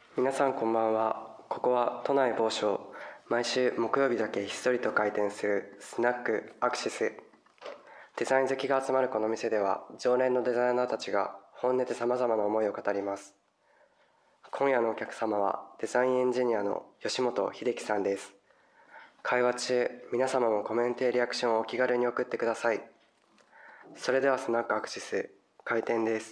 皆さんこんばんは。ここは都内某所、毎週木曜日だけひっそりと開店するスナックアクシス。デザイン好きが集まるこの店では、常連のデザイナーたちが本音でさまざまな思いを語ります。今夜のお客様はデザインエンジニアの吉本秀樹さんです。会話中、皆様もコメントやリアクションをお気軽に送ってください。それではスナックアクシス開店です。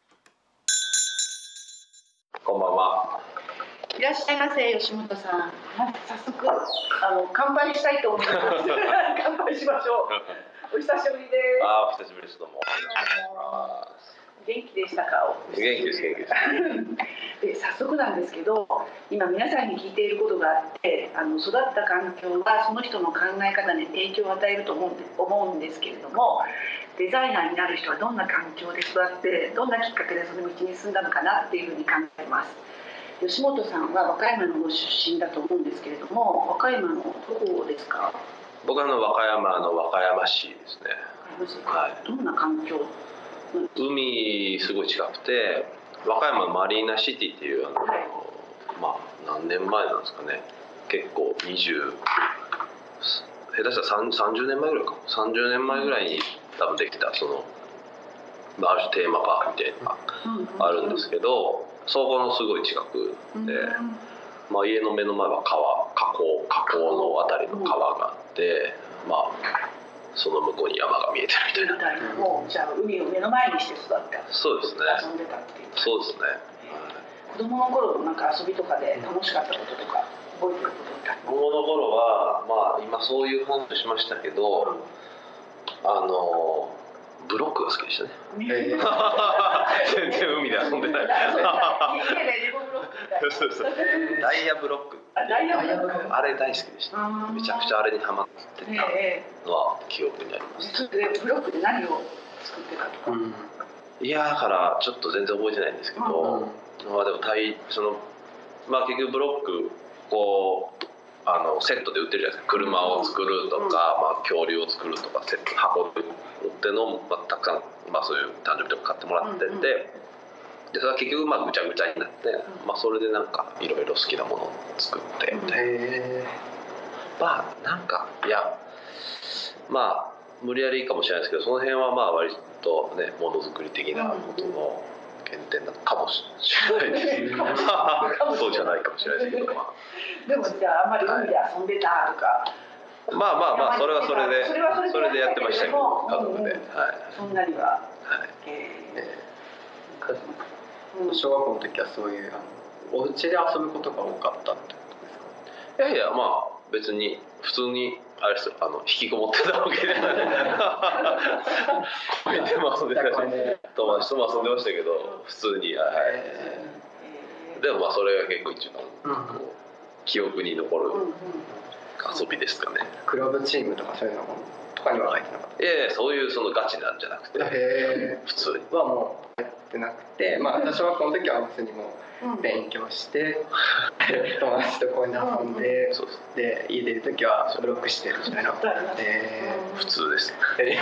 こんばんは。 いらっしゃいませ、吉本さん。早速乾杯したいと思います。乾杯しましょう。お久しぶりです。 お久しぶりです。どうも。 元気でしたか？ 元気です。 で、早速なんですけど、今皆さんに聞いていることがあって、育った環境がその人の考え方に影響を与えると思うんですけれども、デザイナーになる人はどんな環境で育ってどんなきっかけでその道に進んだのかなっていうふうに考えます。吉本さんは和歌山のご出身だと思うんですけれども、和歌山のどこですか？ 僕は和歌山の和歌山市ですね。 はい、どんな環境？ 海すごい近くて、和歌山のマリーナシティっていう何年前なんですかね。結構下手したら30年前ぐらいか。30年前ぐらいに多分できたある種テーマパークみたいなのがあるんですけど、そこのすごい近くで、家の目の前は河口のあたりの川があって、その向こうに山が見えてるみたいな。 じゃあ海を目の前にして育った。 そうですね。 遊んでたっていう。 そうですね。 子供の頃なんか遊びとかで楽しかったこととか覚えてることとか。 子供の頃は今そういう話しましたけど、ブロックが好きでしたね。全然海で遊んでない。ダイヤブロック。あれ大好きでした。めちゃくちゃあれにハマってたのは記憶にあります。 それでブロックで何を作ってたとか。 いやだからちょっと全然覚えてないんですけど、でも結局ブロックセットで売ってるじゃないですか。車を作るとか、恐竜を作るとか、箱で売ってるのをたくさん、そういう誕生日とか買ってもらってて、でそれは結局ぐちゃぐちゃになって、それでなんかいろいろ好きなものを作ってみたいな。無理やりいいかもしれないですけど、その辺は割とね、ものづくり的なことの原点なのかもしれないです。そうじゃないかもしれないですけど、 でもじゃああんまり海で遊んでたとか。 それはそれでやってましたけど、家族で。 そんなには。 小学校の時はそういうお家で遊ぶことが多かったってことですか？ いや別に普通にあれですよ、引きこもってたわけではない。公園でも遊んでたし、友達とも遊んでましたけど、普通に。でもそれが結構一番記憶に残る遊びですかね。 クラブチームとかそういうのとかには入ってなかった？ そういうガチなんじゃなくて、普通にはもう入ってなくて、小学校の時は普通にもう勉強して友達と公園で遊んで、で家出る時はブロックしてるみたいな。 普通です。 それで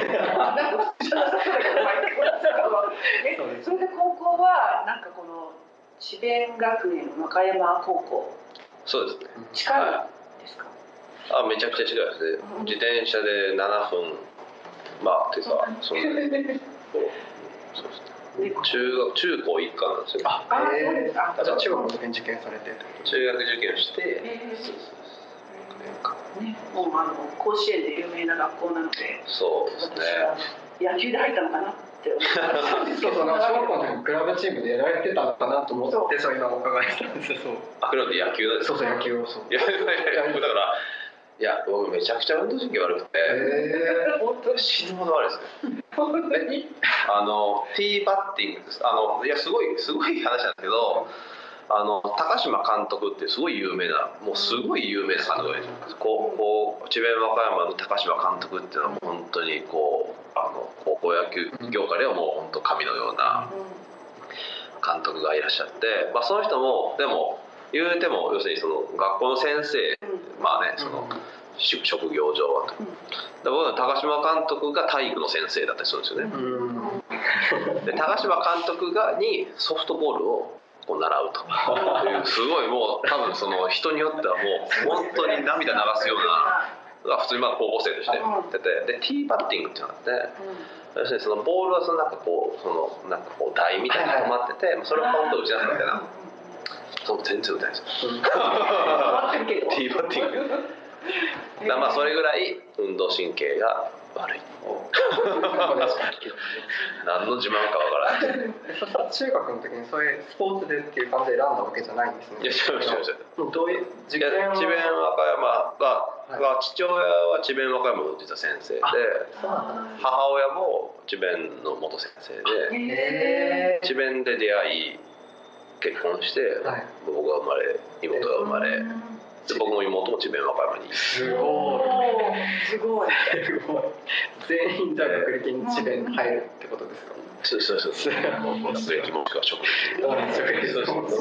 高校はなんかこの智弁学園和歌山高校。 そうですね。 近いですか？ めちゃくちゃ近いですね。自転車で7分っていうかそんなに。そうですね。中高一貫なんですよ。 そうですか。 じゃあ中学の時に受験されて？ 中学受験して。 もう甲子園で有名な学校なので。 そうですね。 野球で入ったのかなって思います。 小学校の時クラブチームでやられてたのかなと思って、今お伺いしたんですよ。 クラブで野球ですか？ そう野球を。 だから僕めちゃくちゃ運動神経悪くて、本当に死ぬほど悪いですね。 本当に？ ティーバッティングです。すごい話なんですけど、高島監督ってすごい有名な、もうすごい有名な監督がいる。智弁和歌山の高島監督っていうのはもう本当に高校野球業界ではもう本当神のような監督がいらっしゃって、その人もでも言うても要するにその学校の先生、その職業上はと。僕は高島監督が体育の先生だったりするんですよね。で高島監督にソフトボールをこう習うというすごいもう多分その人によってはもう本当に涙流すような普通にまあ高校生としてやってて、でティーバッティングっていうのがあって、要するにそのボールはそのなんかこう台みたいに止まってて、それをポンと打ち出すみたいな。そう全然打てないですよ。ティーバッティング。だまあそれぐらい運動神経が悪い。何の自慢かわからない。 そしたら中学の時にそういうスポーツでっていう感じで選んだわけじゃないんですね。 いや違う。 どういう智弁和歌山が父親は智弁和歌山の実は先生で、母親も智弁の元先生で、智弁で出会い結婚して、僕が生まれ妹が生まれ。僕も妹も智弁和歌山に。 すごい。全員じゃあ学歴に智弁入るってことですか。 そう。学歴もしくは職歴。もう智弁フ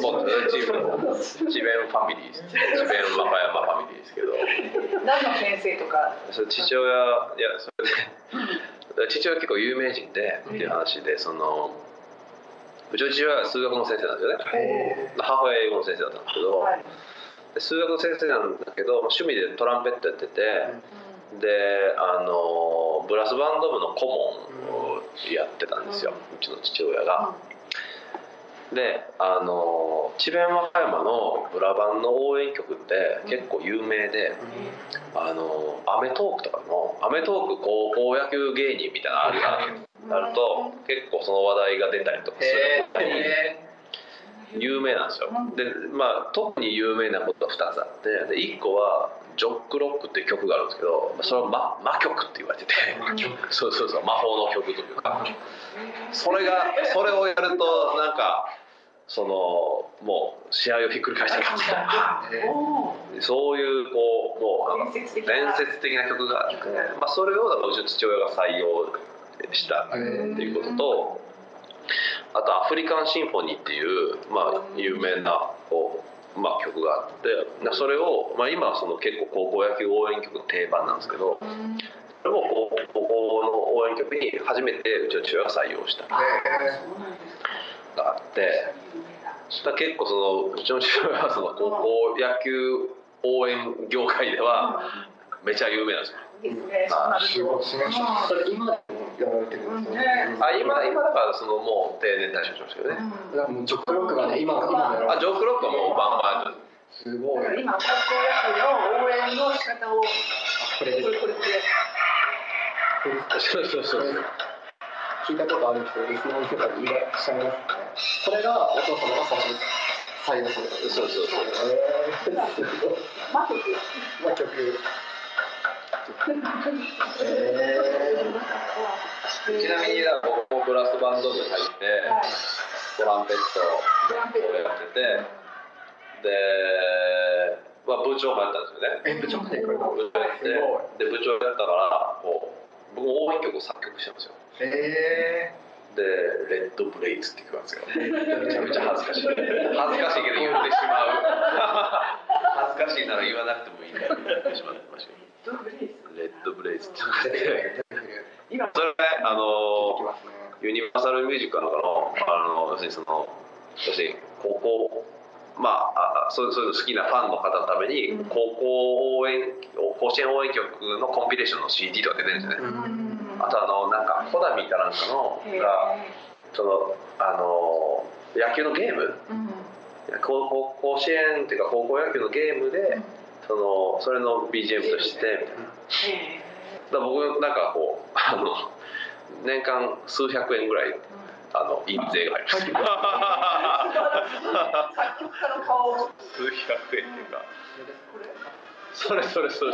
ァミリー、智弁和歌山ファミリーですけど。 何の先生とか。 父親それで父親結構有名人でっていう話で、そのうちの父親は数学の先生なんですよね。母親は英語の先生だったんですけど。数学の先生なんだけど趣味でトランペットやってて、でブラスバンド部の顧問をやってたんですよ、うちの父親が。で智弁和歌山のブラバンの応援曲って結構有名で、アメトーークとかのアメトーーク高校野球芸人みたいなのがあると結構その話題が出たりとかするみたいに有名なんですよ。で、まあ、特に有名なことが2つあって、で1個はジョックロックっていう曲があるんですけど、それは魔曲って言われてて、そう魔法の曲というか、それをやるとなんかそのもう試合をひっくり返した感じで、そういうこうもうなんか伝説的な曲があって、まあ、それをだからうちの父親が採用したっていうことと。あとアフリカンシンフォニーっていう、まあ、有名な曲があって、それを、まあ、今はその結構高校野球応援曲の定番なんですけど、それも高校の応援曲に初めてうちの父親が採用したがあって、結構そのうちの父親はその高校野球応援業界ではめちゃ有名なんですよ。 それ今やられてるんですね。 今だからそのもう定年退職しましたけどね。 もうジョックロックがね今ジョックロックはもうバンバンすごい。 今高校野球の応援の仕方をこれそう聞いたことある人リスナーの人がいらっしゃいますね。これがお父様が採用された。 そう魔曲ちなみに僕もブラスバンド部に入ってトランペットをやってて、で、まあ、部長もやったんですよね。 部長までこれで部長やったから僕応援曲を作曲してますよ。でレッドブレイズって曲なんですよ。めちゃめちゃ恥ずかしいけど言ってしまう。恥ずかしいなら言わなくてもいいから言ってしまってましたけど、レッドブレイズって言って今それユニバーサルミュージックの要するに高校まあそういうの好きなファンの方のために甲子園応援曲のコンピレーションの CD とか出てるんですよね。あとなんかコナミかなんかのがその野球のゲーム、甲子園っていうか高校野球のゲームでそれの BGM としてみたいな。だから僕なんかこう年間数百円ぐらい印税が入ります。数百円っていうか。それ。そう。そ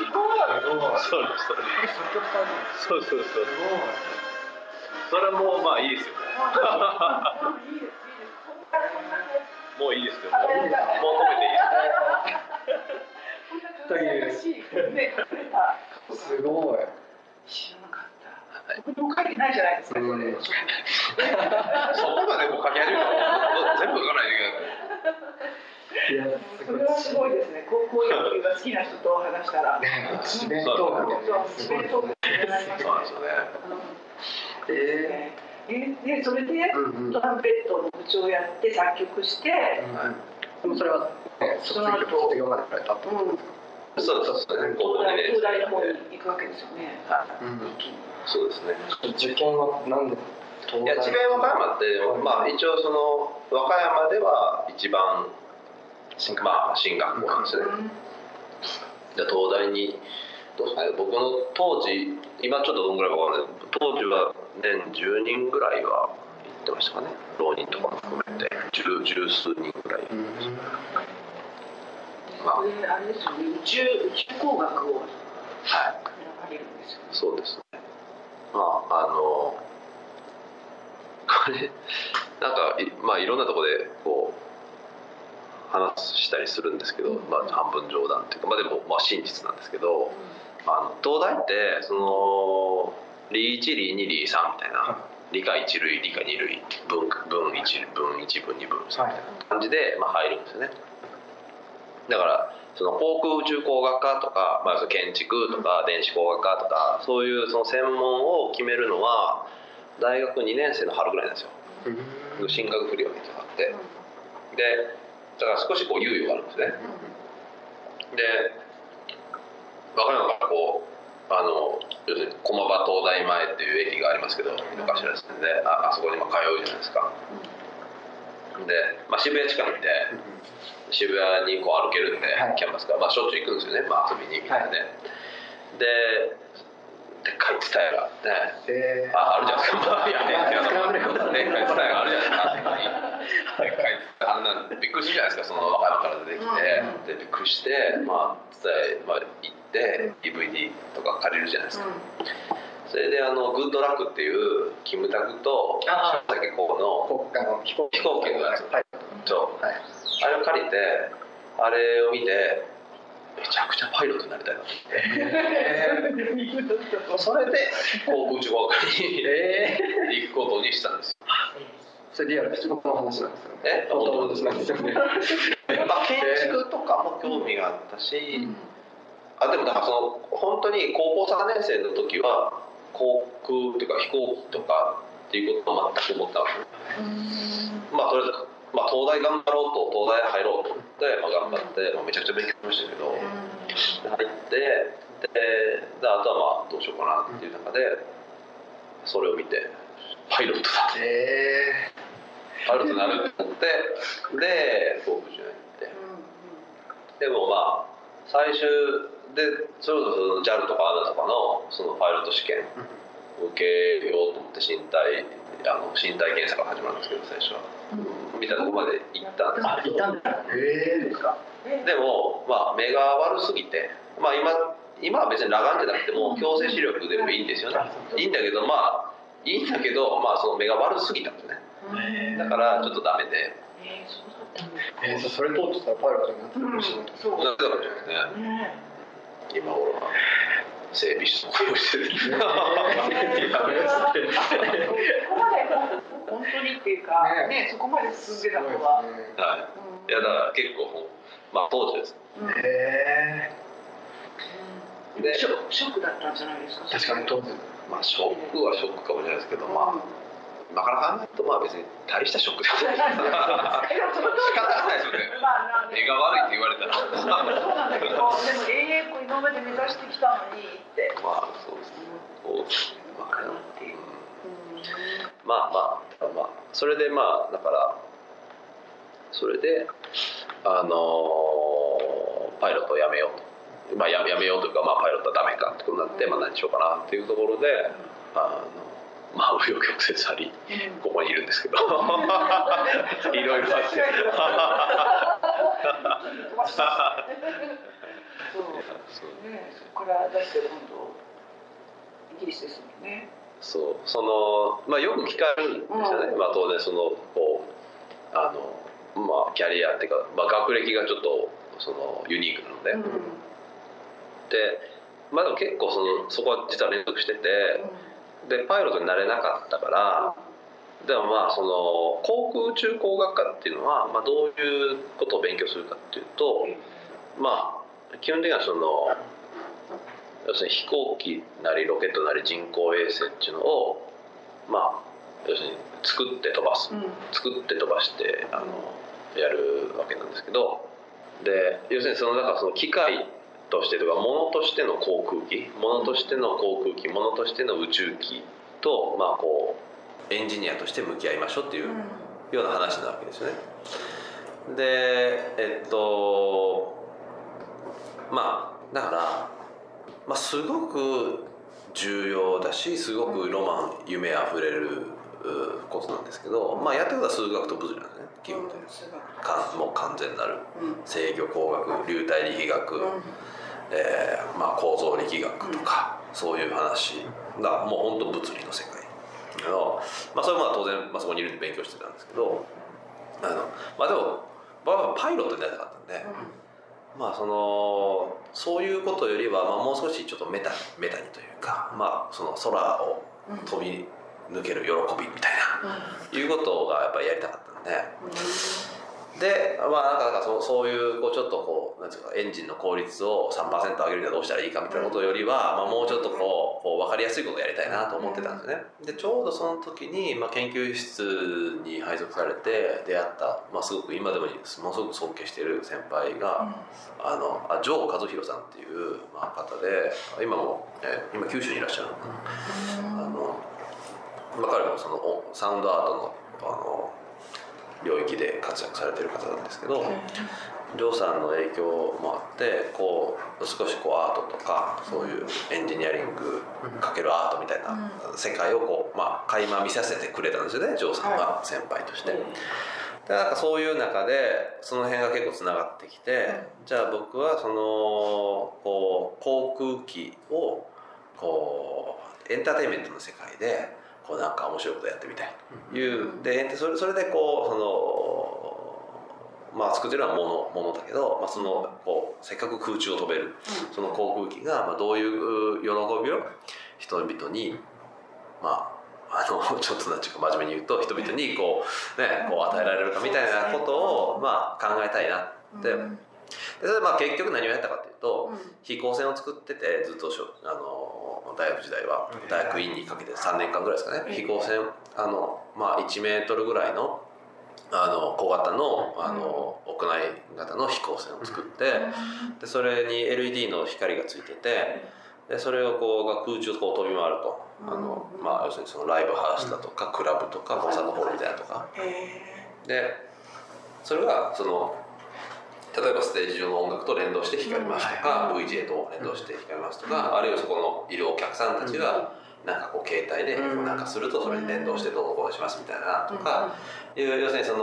れもまあいいですよ。もういいですよ。もう止めていいです。すごい。 知らなかった。僕も書いてないじゃないですか。そこまでもう書き始めたら全部書かないといけないから。 それはすごいですね。高校野球が好きな人と話したら。 智弁トークで。 智弁トークになりますね。 そうなんですよね。 でそれでトランペットの部長をやって作曲して、 でもそれは、卒業までくらい経ったんですか？ そうですね。高校2年東大の方に行くわけですよね。 そうですね。 受験はなんで？ いや、智弁和歌山って、まあ一応その和歌山では一番進学校なんですね。で東大にどうですかね、僕の当時、今ちょっとどんぐらいかわからないけど、当時は年10人ぐらいは行ってましたかね。浪人とかも含めて十数人ぐらい。 あれですよね、宇宙工学を選ばれるんですよね。 そうですね。これなんかまあいろんなところでこう話したりするんですけど、まあ半分冗談っていうか、まあでもまあ真実なんですけど、東大ってその理1理2理3みたいな、理科1類理科2類文1文1文2文3みたいな感じでまあ入るんですよね。だからその航空宇宙工学科とか、まあ、建築とか電子工学科とかそういうその専門を決めるのは大学2年生の春ぐらいなんですよ。進学振り分けがあって、でだから少しこう猶予があるんですね。で和歌山からこう要するに駒場東大前っていう駅がありますけど、昔らですね、であそこに通うじゃないですか。で、まあ、渋谷近くで渋谷にこう歩けるんで、キャンパスから、まあ、しょっちゅう行くんですよね、まあ、遊びにみたいなね。でっかいツタヤがね、あるじゃないですか。まあ、いやね、でっかいツタヤがあるじゃないですか。でっかいツタヤ、あんなびっくりするじゃないですか、その和歌山から出てきて、でびっくりして、まあツタヤまで行って DVD とか借りるじゃないですか。それでグッドラックっていうキムタクと柴咲コウの飛行機のやつ、あれを借りて、あれを見てめちゃくちゃパイロットになりたいなと思ってそれで航空宇宙工学に行くことにしたんですよ。 それリアル仕事の話なんですよね。 本当なんですよね。建築とかも興味があったし、でもだからその本当に高校3年生の時は航空っていうか飛行機とかっていうことは全く思ったわけです。まあとりあえず東大頑張ろうと東大入ろうと思って、頑張って、めちゃくちゃ勉強しましたけど、入ってであとはどうしようかなっていう中でそれを見てパイロットだパイロットになると思ってで航空宇宙に行って、でもまあ最終でそれこそ JAL とか ANA とかのそのパイロット試験を受けようと思って身体検査から始まるんですけど、最初は、みたいなとこまで行ったんですけど、でも、目が悪すぎて、今は別に裸眼じゃなくても矯正視力でもいいんですよね。いいんだけどその目が悪すぎたんですね。だからちょっとダメで。 それとちょっとパイロットになってほしいなと。 そうだからね。今頃は整備士の声をしてる。 そこまで本当にっていうかね、そこまで進んでたのは。 はい。いやだから結構当時です。 でショックだったんじゃないですか。 確かに当時。 ショックはショックかもしれないですけど、今から考えると別に大したショックじゃない。仕方がないですよね。目が悪いって言われたら。 そうなんだけど、でも今まで目指してきたのにって。 そうですね。それでだからそれでパイロットをやめようと。やめようというか、パイロットはダメかってことになって、何しようかなっていうところで紆余曲折ありここにいるんですけどいろいろあってそこから出して今度イギリスですもんね。 よく聞かれるんですよね。当然キャリアっていうか、学歴がちょっとユニークなので、ででも結構そこは実は連続してて、でパイロットになれなかったから、でも航空宇宙工学科っていうのは、どういうことを勉強するかっていうと、基本的には要するに飛行機なりロケットなり人工衛星っていうのを要するに作って飛ばす、作って飛ばしてやるわけなんですけど、で要するにだからその機械としてとか物としての航空機、物としての航空機、物としての宇宙機と、こうエンジニアとして向き合いましょうっていうような話なわけですよね。でだから、すごく重要だし、すごくロマン、夢あふれることなんですけど、やってることは数学と物理なんですね、基本的に。もう完全なる制御工学、流体力学、構造力学とか、そういう話がもう本当物理の世界の、それも当然、そこにいるんで勉強してたんですけど、でも僕はパイロットになりたかったんで、そういうことよりは、もう少しちょっとメタにというか、その空を飛び抜ける喜びみたいな、いうことがやっぱりやりたかったんで、でそういうちょっとなんていうか、エンジンの効率を 3% 上げるにはどうしたらいいかみたいなことよりは、もうちょっと分かりやすいことをやりたいなと思ってたんですよね。でちょうどその時に、研究室に配属されて出会った、すごく今でもものすごく尊敬している先輩が、ジョー和弘さんっていう方で、今九州にいらっしゃるのかな。彼もそのサウンドアートの領域で活躍されてる方なんですけど、ジョーさんの影響もあって少しアートとかそういうエンジニアリングかけるアートみたいな世界を垣間見させてくれたんですよね、ジョーさんが先輩として。でそういう中でその辺が結構つながってきて、じゃあ僕はその航空機をエンターテインメントの世界でなんか面白いことやってみたいという、でそれで作ってるのはものだけど、せっかく空中を飛べる、その航空機がどういう喜びを人々にちょっと真面目に言うと人々に与えられるかみたいなことを考えたいなって。でそれで結局何をやったかというと、飛行船を作ってて、ずっと大学時代は大学院にかけて3年間ぐらいですかね、飛行船1メートルぐらいの小型の屋内型の飛行船を作って、でそれに LED の光がついてて、でそれを空中を飛び回ると、要するにそのライブハウスだとかクラブとかコンサートホールみたいなとかで、それが例えばステージ上の音楽と連動して光りますとか、VJ と連動して光りますとか、あるいはそこのいるお客さんたちが携帯でなんかするとそれに連動してどうぞこうしますみたいなとか、要するに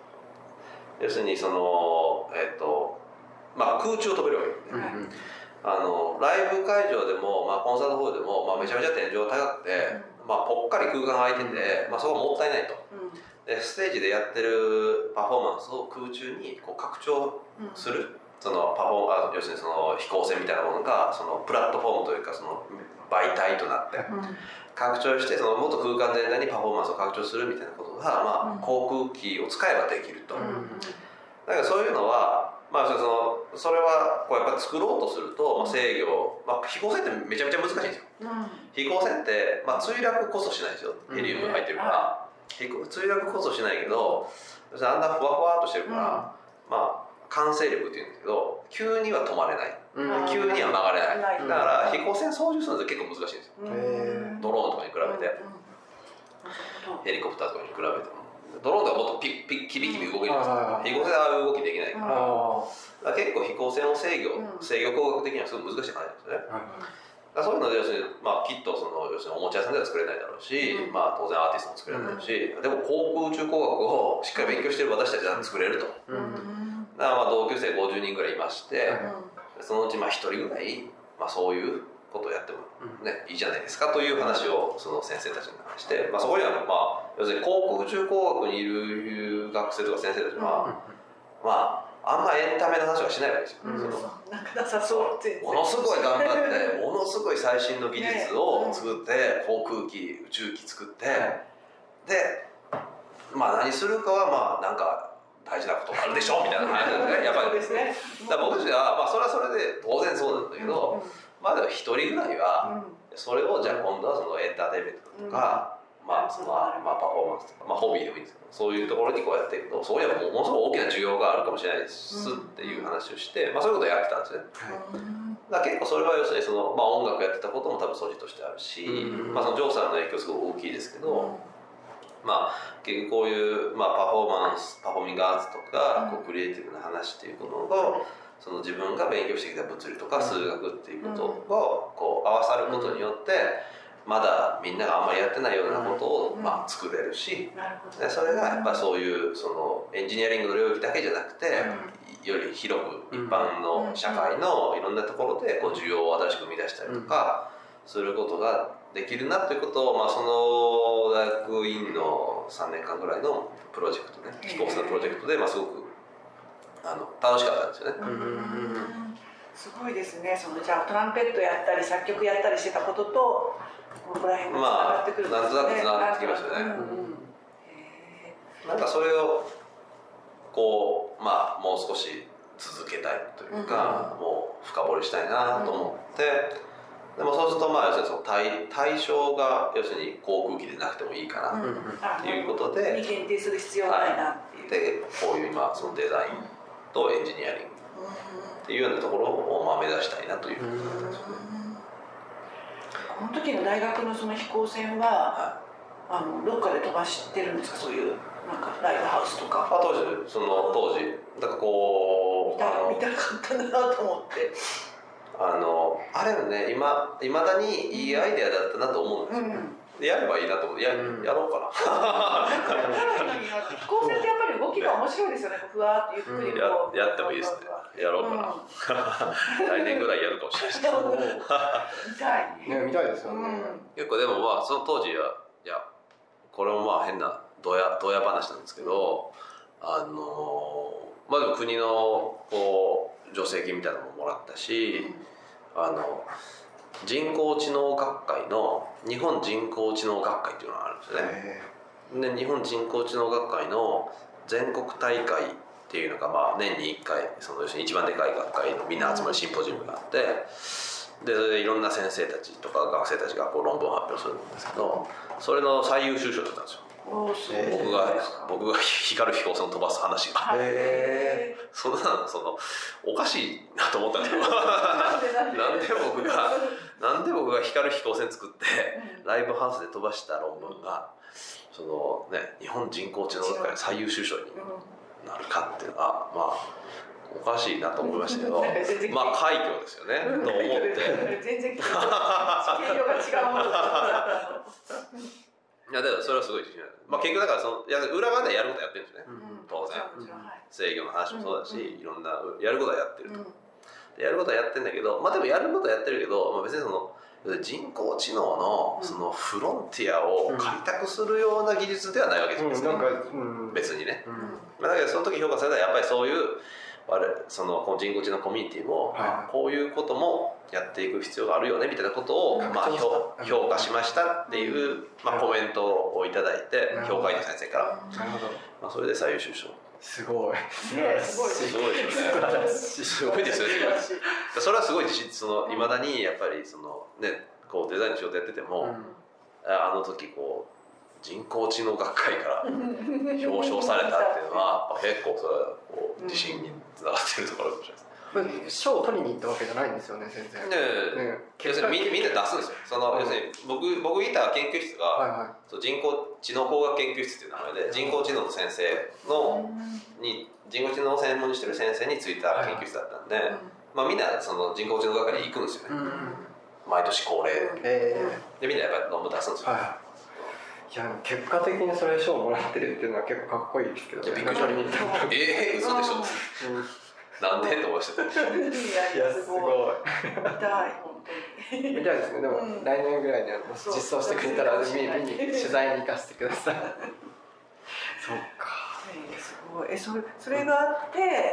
空中を飛べるわけですね。ライブ会場でも、コンサートホールでも、めちゃめちゃ天井が高くて、ぽっかり空間が空いてて、そこはもったいないと。でステージでやってるパフォーマンスを空中に拡張する、その要するにその飛行船みたいなものがそのプラットフォームというか、その媒体となって拡張して、そのもっと空間全体にパフォーマンスを拡張するみたいなことが、航空機を使えばできると。だからそういうのは、それはやっぱり作ろうとすると、制御、飛行船ってめちゃめちゃ難しいんですよ。飛行船って墜落こそしないですよ、ヘリウム入ってるから。墜落こそしないけど、あんなふわふわっとしてるから、慣性力っていうんですけど、急には止まれない、急には曲がれない。だから飛行船操縦するのって結構難しいんですよ。ドローンとかに比べて、ヘリコプターとかに比べても。ドローンとかもっとキビキビ動けるんですけど、飛行船はああいう動きできないから、結構飛行船を制御工学的にはすごく難しい話なんですよね。そういうので要するに、きっと要するにおもちゃ屋さんでは作れないだろうし、当然アーティストも作れないだろうし、でも航空宇宙工学をしっかり勉強してる私たちは作れると。だから同級生50人ぐらいいまして、そのうち1人ぐらい、そういうことをやってもいいじゃないですかという話をその先生たちにして、そこには要するに航空宇宙工学にいる学生とか先生たちはあんまエンタメの話はしないわけですよ。 なんかなさそうって。 ものすごい頑張ってものすごい最新の技術を作って、航空機宇宙機作って、で何するかはなんか大事なことがあるでしょみたいな話なんですね、やっぱり。だから僕たちはそれはそれで当然そうなんだけど、でも一人ぐらいはそれをじゃあ今度はそのエンターテインメントとか、 パフォーマンスとか、ホビーでもいいんですけど、そういうところにこうやっていくと、そこにはものすごく大きな需要があるかもしれないですっていう話をして、そういうことをやってたんですね。だから結構それは要するに音楽やってたことも多分素地としてあるし、そのジョーさんの影響すごく大きいですけど、結局こういう、パフォーミングアーツとか、クリエイティブな話っていうのと、その自分が勉強してきた物理とか数学っていうことをこう合わさることによって、まだみんながあんまりやってないようなことを作れるし、それがやっぱそういうエンジニアリングの領域だけじゃなくて、より広く一般の社会のいろんなところでこう需要を新しく生み出したりとかすることができるなということを、その大学院の3年間ぐらいのプロジェクトね、飛行船のプロジェクトですごく楽しかったんですよね。 すごいですね。じゃあトランペットやったり作曲やったりしてたこととここら辺がつながってくるんですね。 なんとなくつながってきますよね。なんかそれをこうもう少し続けたいというか、もう深掘りしたいなと思って、でもそうすると要するにその対象が要するに航空機でなくてもいいかなっていうことで、 に限定する必要がないなっていう。 でこういう今そのデザインとエンジニアリングっていうようなところを目指したいなということですね。 この時の大学のその飛行船は、どっかで飛ばしてるんですか？そういうなんかライブハウスとか。当時だからこう見たかったなと思って。 あれもね、いまだにいいアイデアだったなと思うんですよ。やればいいなと思って、やろうかな。 飛行船ってやっぱり動きが面白いですよね。ふわっとゆっくりこう。 やってもいいですね。やろうかな。来年ぐらいやるかもしれないですけど。 見たいですよね。 結構でもその当時これも変なドヤ話なんですけど、でも国のこう助成金みたいなのももらったし、人工知能学会の日本人工知能学会っていうのがあるんですよね。で日本人工知能学会の全国大会っていうのが年に1回要するに一番でかい学会のみんな集まるシンポジウムがあって、でそれでいろんな先生たちとか学生たちがこう論文を発表するんですけど、それの最優秀賞だったんですよ。僕が光る飛行船を飛ばす話が。そんなのおかしいなと思ったんですけど、なんで僕が光る飛行船作ってライブハウスで飛ばした論文が日本人工知能学会の最優秀賞になるかっていうのはおかしいなと思いましたけど、快挙ですよねと思って全然スケールが違うものだいやだからそれはすごい自信ある。結局だから裏側でやることはやってるんですね、当然。制御の話もそうだし、いろんなやることはやってると。でやることはやってるんだけど、でもやることはやってるけど、別に人工知能のフロンティアを開拓するような技術ではないわけですよ、別にね。だけどその時評価されたらやっぱりそういうこの人工知能コミュニティも、こういうこともやっていく必要があるよねみたいなことを、評価しましたっていう、コメントをいただいて、評価員の先生から、それで最優秀賞。 すごいすごいですよね。すごいですよね。それはすごい自信。いまだにやっぱりこうデザインの仕事やってても、あの時こう人工知能学会から表彰されたっていうのは結構それはこう自信につながっているところかもしれないです。 賞を取りに行ったわけじゃないんですよね、先生。 要するにみんな出すんですよ。要するに僕いた研究室が、人工知能工学研究室っていう名前で、人工知能の先生人工知能を専門にしてる先生についた研究室だったんで、みんな人工知能学会に行くんですよね、毎年恒例で。みんなやっぱり論文出すんですよ。 いや結果的にそれ賞をもらってるっていうのは結構かっこいいですけどね。 びっくりした。嘘でしょ。なんでと思いました。 いやすごい。見たいですね。でも来年ぐらいには実装してくれたら見に取材に行かせてください。そうか。 すごい。それがあって、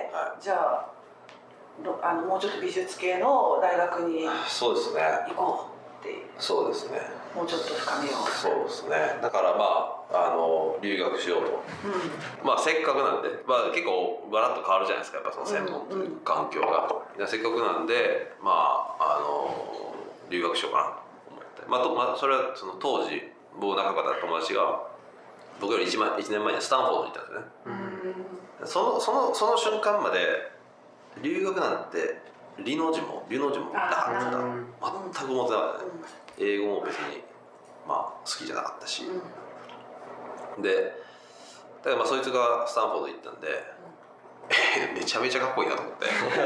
じゃあもうちょっと美術系の大学にそうですね。 行こうっていう。 そうですね。 もうちょっと深めよう。 そうですね。だから留学しようと。せっかくなんで、結構ガラッと変わるじゃないですか。やっぱその専門という環境が。せっかくなんで留学しようかなと思って。それは当時僕仲良かった友達が僕より1年前にスタンフォードに行ったんですよね、その瞬間まで留学なんて理の字もなかった、全く思ってなかったね、英語も別に好きじゃなかったし、でだからそいつがスタンフォード行ったんで、めちゃめちゃかっこいいなと思って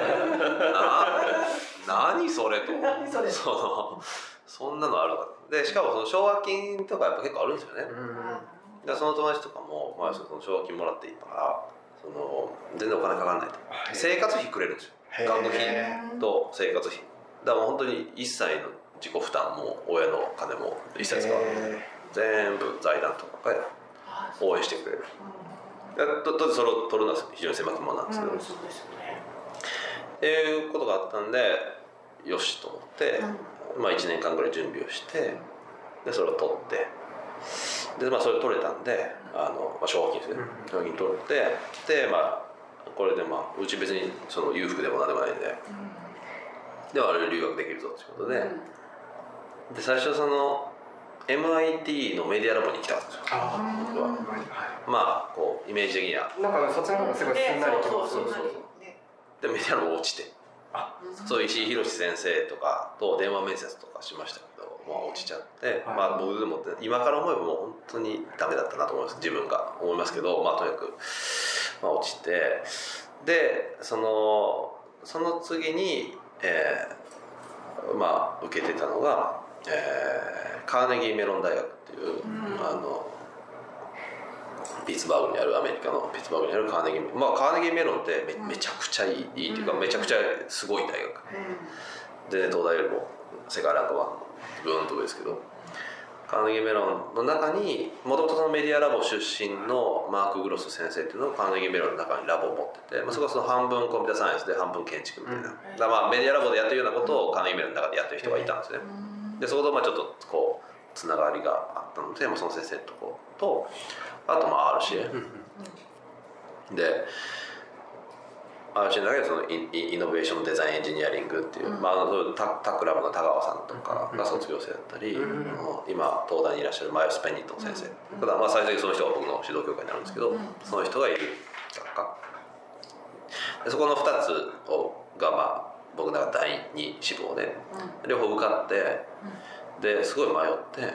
何それとそんなのあるかで、しかもその奨学金とかやっぱ結構あるんですよね、でその友達とかも、その奨学金もらっていったから全然お金かかんないと、生活費くれるんですよ、学費と生活費だからもう本当に一切の自己負担も親の金も一切使わない、全部財団とかが応援してくれる、とそれを取るのは非常に狭き門なんですけど、っていうことがあったんでよしと思って、1年間ぐらい準備をして、でそれを取ってで、それ取れたんで奨学金ですね、奨学金取ってでこれでうち別にその裕福でもなんでもないんで、であれ留学できるぞということで、で最初その MIT のメディアラボに行きたかったんですよ、こうイメージ的にはなんかそっちの方がすごいすんなりきます。 でメディアラボ落ちて、そう石井宏先生とかと電話面接とかしましたけど、落ちちゃって、僕でも今から思えばもう本当にダメだったなと思います、自分が思いますけど、とにかく落ちて、でその次に、受けてたのが、カーネギーメロン大学っていう、ピッツバーグにあるアメリカのピッツバーグにあるカーネギーメロン、カーネギーメロンってめちゃくちゃいいっていうか、めちゃくちゃすごい大学、で東大よりも世界ランクはブーンと上ですけど、カーネギーメロンの中にもともとそのメディアラボ出身のマーク・グロス先生っていうのをカーネギーメロンの中にラボを持ってて、そこはその半分コンピューターサイエンスで半分建築みたいな、だからメディアラボでやってるようなことをカーネギーメロンの中でやってる人がいたんですね、でそことちょっとこうつながりがあったので、その先生とことあとRCA、でRCA の中でそのイノベーションデザインエンジニアリングっていう、タクラブの田川さんとかが卒業生だったり、今東大にいらっしゃるマイルス・ペニットン先生、ただ最終的にその人が僕の指導教会になるんですけど、その人がいる学科で、そこの2つが僕の第2志望で両方受かって、ですごい迷って、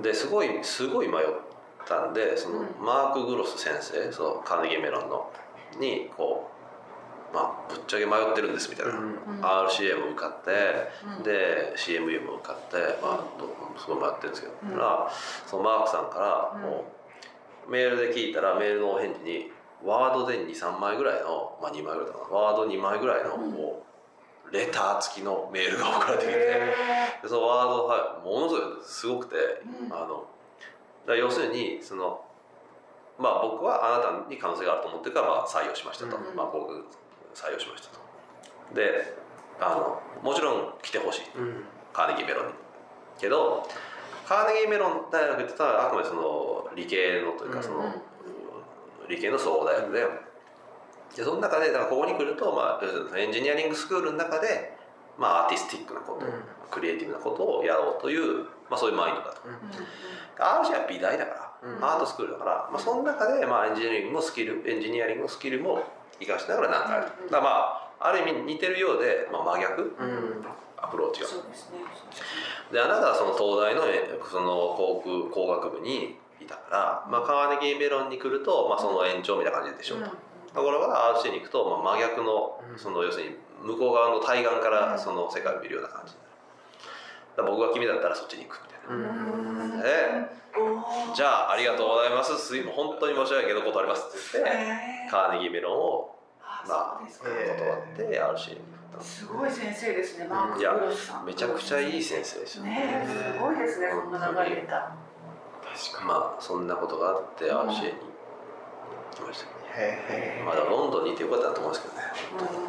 ですごい迷ったんで、そのマーク・グロス先生、そのカーネギーメロンのにこうぶっちゃけ迷ってるんですみたいな、RCA も受かって、で CMU も受かって、すごい迷ってるんですけど、そのマークさんからもうメールで聞いたら、メールのお返事にワードで 2,3 枚ぐらいの、2枚ぐらいかな、ワード2枚ぐらいのレター付きのメールが送られてきて、でそのワードはものすごくて、だ要するにその僕はあなたに可能性があると思ってるから採用しましたと、僕採用しましたと、でもちろん来てほしい、カーネギーメロンに、けどカーネギーメロン大学って言ったらあくまでその理系のというか、その理系の総合大学で、その中でだからここに来ると、エンジニアリングスクールの中で、アーティスティックなこと、クリエイティブなことをやろうという、そういうマインドだと。RC は美大だから、アートスクールだから、その中で、エンジニアリングのスキルも生かしながら何かやる。だからある意味似てるようで、真逆、アプローチが。であなたはその東大のその工学部にいたから、カーネギーメロンに来ると、その延長みたいな感じでしょうと。ところが RC に行くと、真逆のその要するに向こう側の対岸からその世界を見るような感じになる。だから僕が君だったらそっちに行くみたいな。じゃあありがとうございます。本当に申し訳ないけど断りますって言って、カーネギーメロンを断って RC に。 すごい先生ですね、マーク・いやグロスさん。 めちゃくちゃいい先生ですよね。 すごいですね、そんな流れた。 確かそんなことがあって RC に来ました。だからロンドンにいてよかったなと思いますけどね、本当に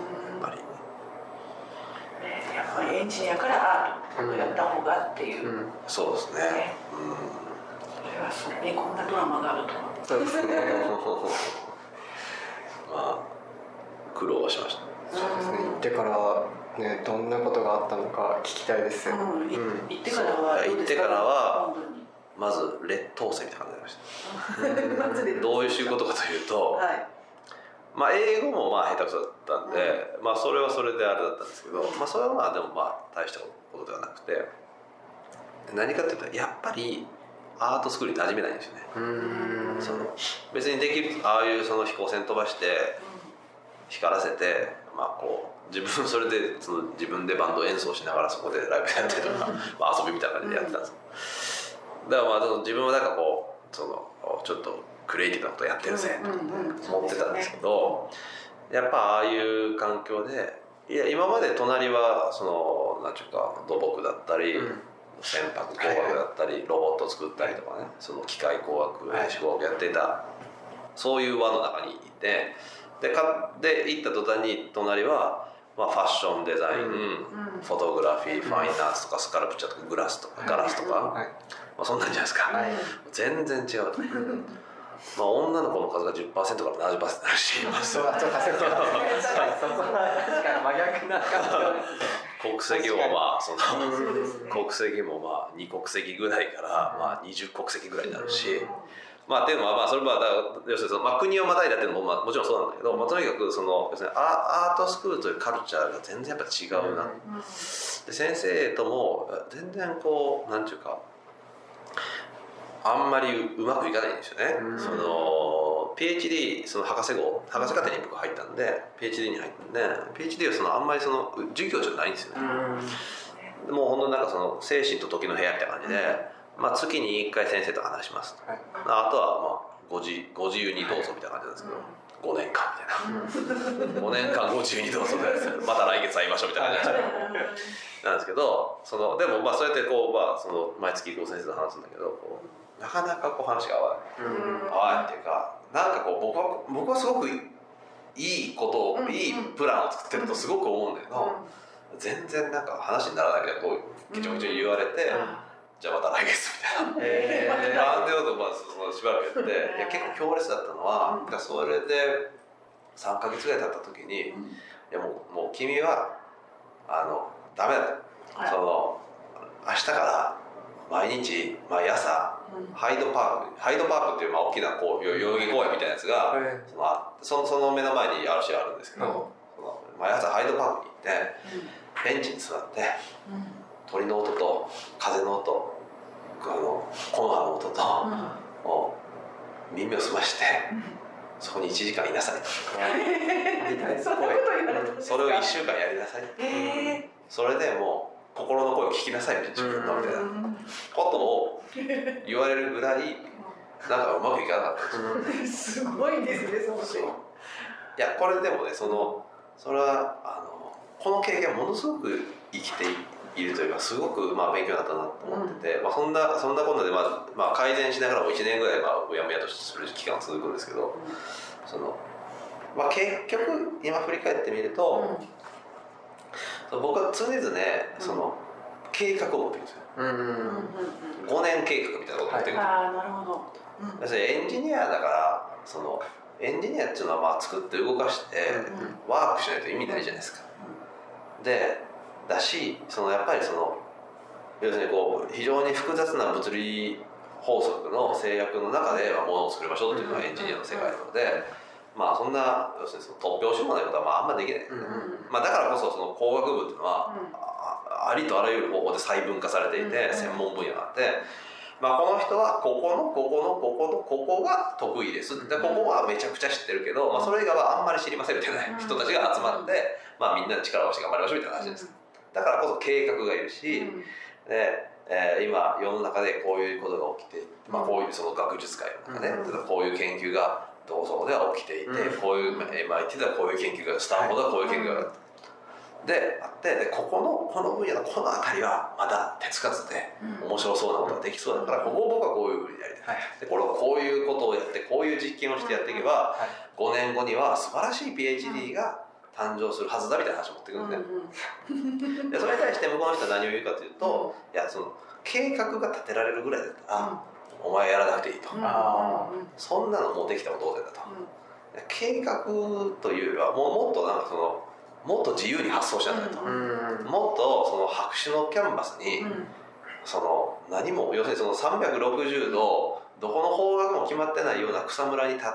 やっぱりエンジニアからアートをやった方がっていう、 そうですね、 それはそれにこんなドラマがあるとは。 そうですね苦労はしました。 そうですね、行ってからね、どんなことがあったのか聞きたいです。 行ってからはどうですか？ まず劣等生みたいな感じになりましたどういうことかというと、はい、まあ英語もまあ下手くそだったんで、まあそれはそれであれだったんですけど、まあそれはまあでもまあ大したことではなくて、何かっていうとやっぱりアートスクールに馴染めないんですよね。その別にできるああいうその飛行船飛ばして光らせて、まあこう自分それでその自分でバンド演奏しながらそこでライブやってとか、まあ遊びみたいな感じでやってたんですよ。だからまあ自分はなんかこうそのちょっとクリエイティブなことやってるぜと思ってたんですけど、やっぱああいう環境で、いや今まで隣はそのなんていうか土木だったり、船舶工学だったり、ロボット作ったりとかね、その機械工学、手工学やってた、そういう輪の中にいて、で行った途端に隣は、まあ、ファッションデザイン、フォトグラフィー、ファインアーツとかスカルプチャーとかグラスとかガラスとか、まあ、そんなんじゃないですか、全然違うと。まあ女の子の数が 10% から 70% になるし、 そうだとか確かに真逆な感じ国籍もまあその国籍もまあ2国籍ぐらいからまあ20国籍ぐらいになるし、まあっていうのはまあそれは要するにそのまあ国をまたいだっていうのもまあもちろんそうなんだけど、まあとにかくその要するにアートスクールというカルチャーが全然やっぱ違うな。で先生とも全然こうなんていうか。あんまりうまくいかないんですよね。その PhD その博士課程に僕入ったんで PhD に入ったんで PhD はそのあんまりその授業じゃないんですよね。もう本当になんかその精神と時の部屋みたいな感じで、まあ、月に1回先生と話しますと、あとはまあご自由にどうぞみたいな感じなんですけど、5年間みたいな5年間ご自由にどうぞみたいなまた来月会いましょうみたいな感じなんですけど、そのでもまあそうやってこう、まあ、その毎月先生と話すんだけどこうなかなかこう話が合わないっていうか、なんかこう僕はすごくいいことを、いいプランを作ってるとすごく思うんだけど、全然なんか話にならないみたいなこうきちょきちょ言われて、じゃあまた来月みたいななんでよとまあそのしばらくやっていや結構強烈だったのは、それで3ヶ月ぐらい経った時に、いやもう君はダメだと、その明日から毎日毎朝ハイドパークっていうまあ大きなこう代々木公園みたいなやつが、その目の前にRC あるんですけど、その毎朝ハイドパークに行ってベンチに座って鳥の音と風の音、木の葉の音と耳を澄ましてそこに1時間いなさいとそれを1週間やりなさい、それでもう心の声を聞きなさいみたいなことを言われるぐらいなんかうまくいかなかったんですよ。 すごいですね、そう。 いやこれでもねそれはこの経験ものすごく生きているというかすごくまあ勉強になったなと思ってて、まあ、そんなこんなでまあ改善しながらも1年ぐらいまあうやむやとする期間が続くんですけど、まあ、結局今振り返ってみると、僕は常々ねその計画を持ってるんですよ。5年計画みたいなことを持ってるんですよ。 ああ、なるほど。 要するにエンジニアだからエンジニアっていうのはまあ作って動かしてワークしないと意味ないじゃないですか。でだしやっぱり要するにこう非常に複雑な物理法則の制約の中でものを作りましょうっていうのがエンジニアの世界なので、まあそんな要するに突拍子もないことはまああんまできない、まあ、だからこそ工学部っていうのは、ありとあらゆる方法で細分化されていて、専門分野があって、まあ、この人はここが得意ですでここはめちゃくちゃ知ってるけど、まあ、それ以外はあんまり知りませんみたいな人たちが集まって、まあ、みんなで力を合わせて頑張りましょうみたいな話です。だからこそ計画がいるし、で今世の中でこういうことが起きて、まあ、こういう学術界の中で、こういう研究がどうそこでは起きていて、こういう MIT ではこういう研究がスタンフォードではこういう研究がであってでこの分野のこの辺りはまだ手つかずで面白そうなことができそうだから、ここを僕はこういうふうにやりたい、でこれをこういうことをやってこういう実験をしてやっていけば、5年後には素晴らしい PhD が誕生するはずだみたいな話を持ってくるんですね。でそれに対して向こうの人は何を言うかというと、いや計画が立てられるぐらいだったら、お前やらなくていいと、そんなのもうできたら当然だと、計画というよりはもっとなんかもっと自由に発想しなさいと、もっと白紙のキャンバスにその何も要するにその360度どこの方角も決まってないような草むらに立って、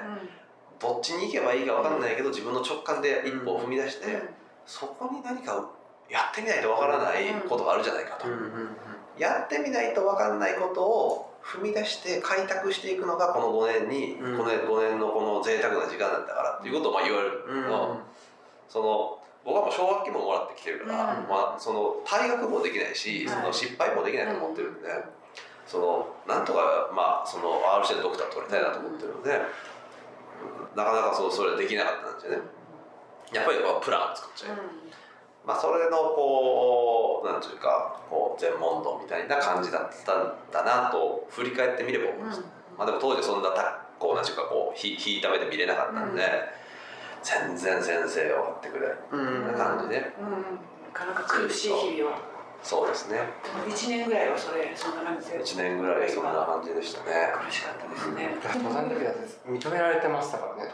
どっちに行けばいいか分かんないけど自分の直感で一歩を踏み出して、そこに何かやってみないと分からないことがあるじゃないかと、やってみないと分からないことを踏み出して開拓していくのがこの5年のこの贅沢な時間なんだからっていうことを言われるんだけど、その僕はもう奨学金ももらってきてるから、その退学もできないし、その失敗もできないと思ってるんで、そのなんとかその RC でドクター取りたいなと思ってるので、なかなかそれできなかったんですよね。やっぱりプランを作っちゃう、それのこうなんていうかこう全問答みたいな感じだったんだなと振り返ってみれば思います。でも当時そんなこうなんていうかこう引いた目で見れなかったんで、全然先生をやってくれな感じで、 なかなか苦しい日々は。 そうですね。 1年ぐらいはそんな感じで。 1年ぐらいそんな感じでしたね。 苦しかったですね。 登山の時だと認められてましたからね。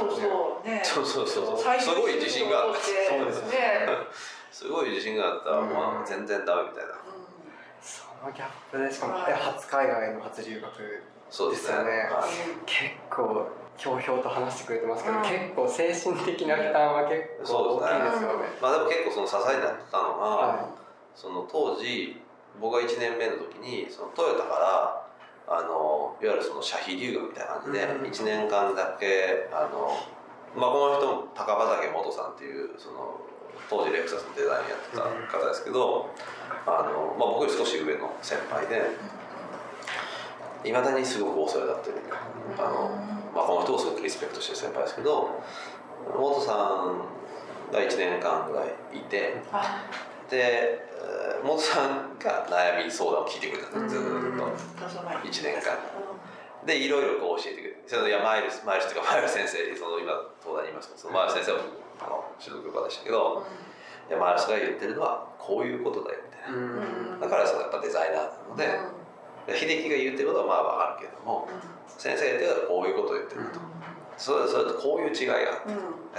すごい自信があった。 そうですね。 すごい自信があった。全然ダメみたいな。 そのギャップでしかも初海外の初留学ですよね。結構ひょうひょうと話してくれてますけど、結構精神的な負担は結構大きいですよね。 でも結構その支えになったのが、その当時僕が1年目の時にそのトヨタからいわゆるその社費留学みたいな感じで1年間だけこの人も高畑元さんっていうその当時レクサスのデザインやってた方ですけど、僕より少し上の先輩でいまだにすごくお世話になってるこの人をすごくリスペクトしてる先輩ですけど、元さんが1年間ぐらいいて、で元さんが悩み相談を聞いてくれたんです、ずっと1年間でいろいろこう教えてくれて、マイルスというかマイルス先生に今東大にいますけど、そのマイルス先生は所属家でしたけど、マイルスが言ってるのはこういうことだよみたいな、だからやっぱデザイナーなので、秀樹が言ってることは分かるけども、先生が言ってるのはこういうことを言ってると、それとこういう違いがあって、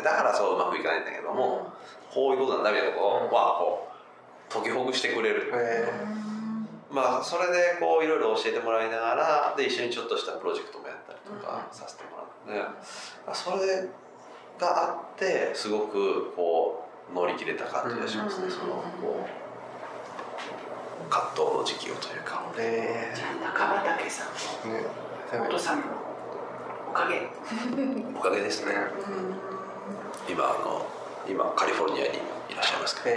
だからそううまくいかないんだけども、こういうことなんだみたいなことを解きほぐしてくれる。それでこういろいろ教えてもらいながらで一緒にちょっとしたプロジェクトもやったりとかさせてもらうので、それがあってすごくこう乗り切れた感じがしますね。そのこう葛藤の時期をというか。 中畑さん、元さんのおかげですね。今カリフォルニアにいらっしゃいますけど。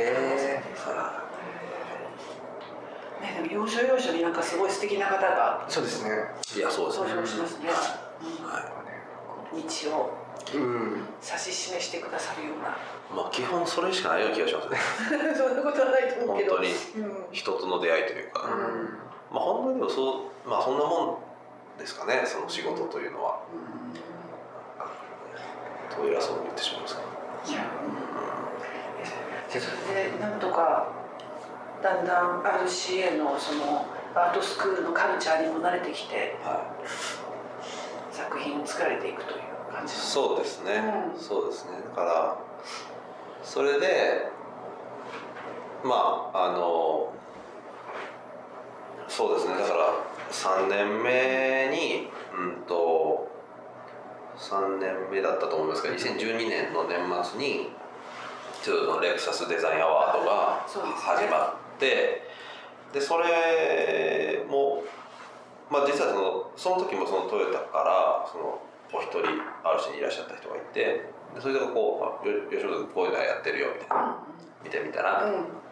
でも要所要所になんかすごい素敵な方が。 そうですね。 いやそうですね。 登場しますね。道を指し示してくださるような。 基本それしかないような気がしますね。 そんなことはないと思うけど。 本当に人との出会いというか、本当にでもそんなもんですかね。その仕事というのは。と偉そうに言ってしまいますか。 それでなんとかだんだん RCA のそのアートスクールのカルチャーにも慣れてきて、作品を作られていくという感じです。 そうですね。そうですね。だからそれでそうですね。だから3年目に3年目だったと思いますが、2012年の年末にちょっとレクサスデザインアワードが始まって、でそれも実はその時もそのトヨタからお一人RCにいらっしゃった人がいて、それでこう吉本君こういうのやってるよみたいな見てみたら、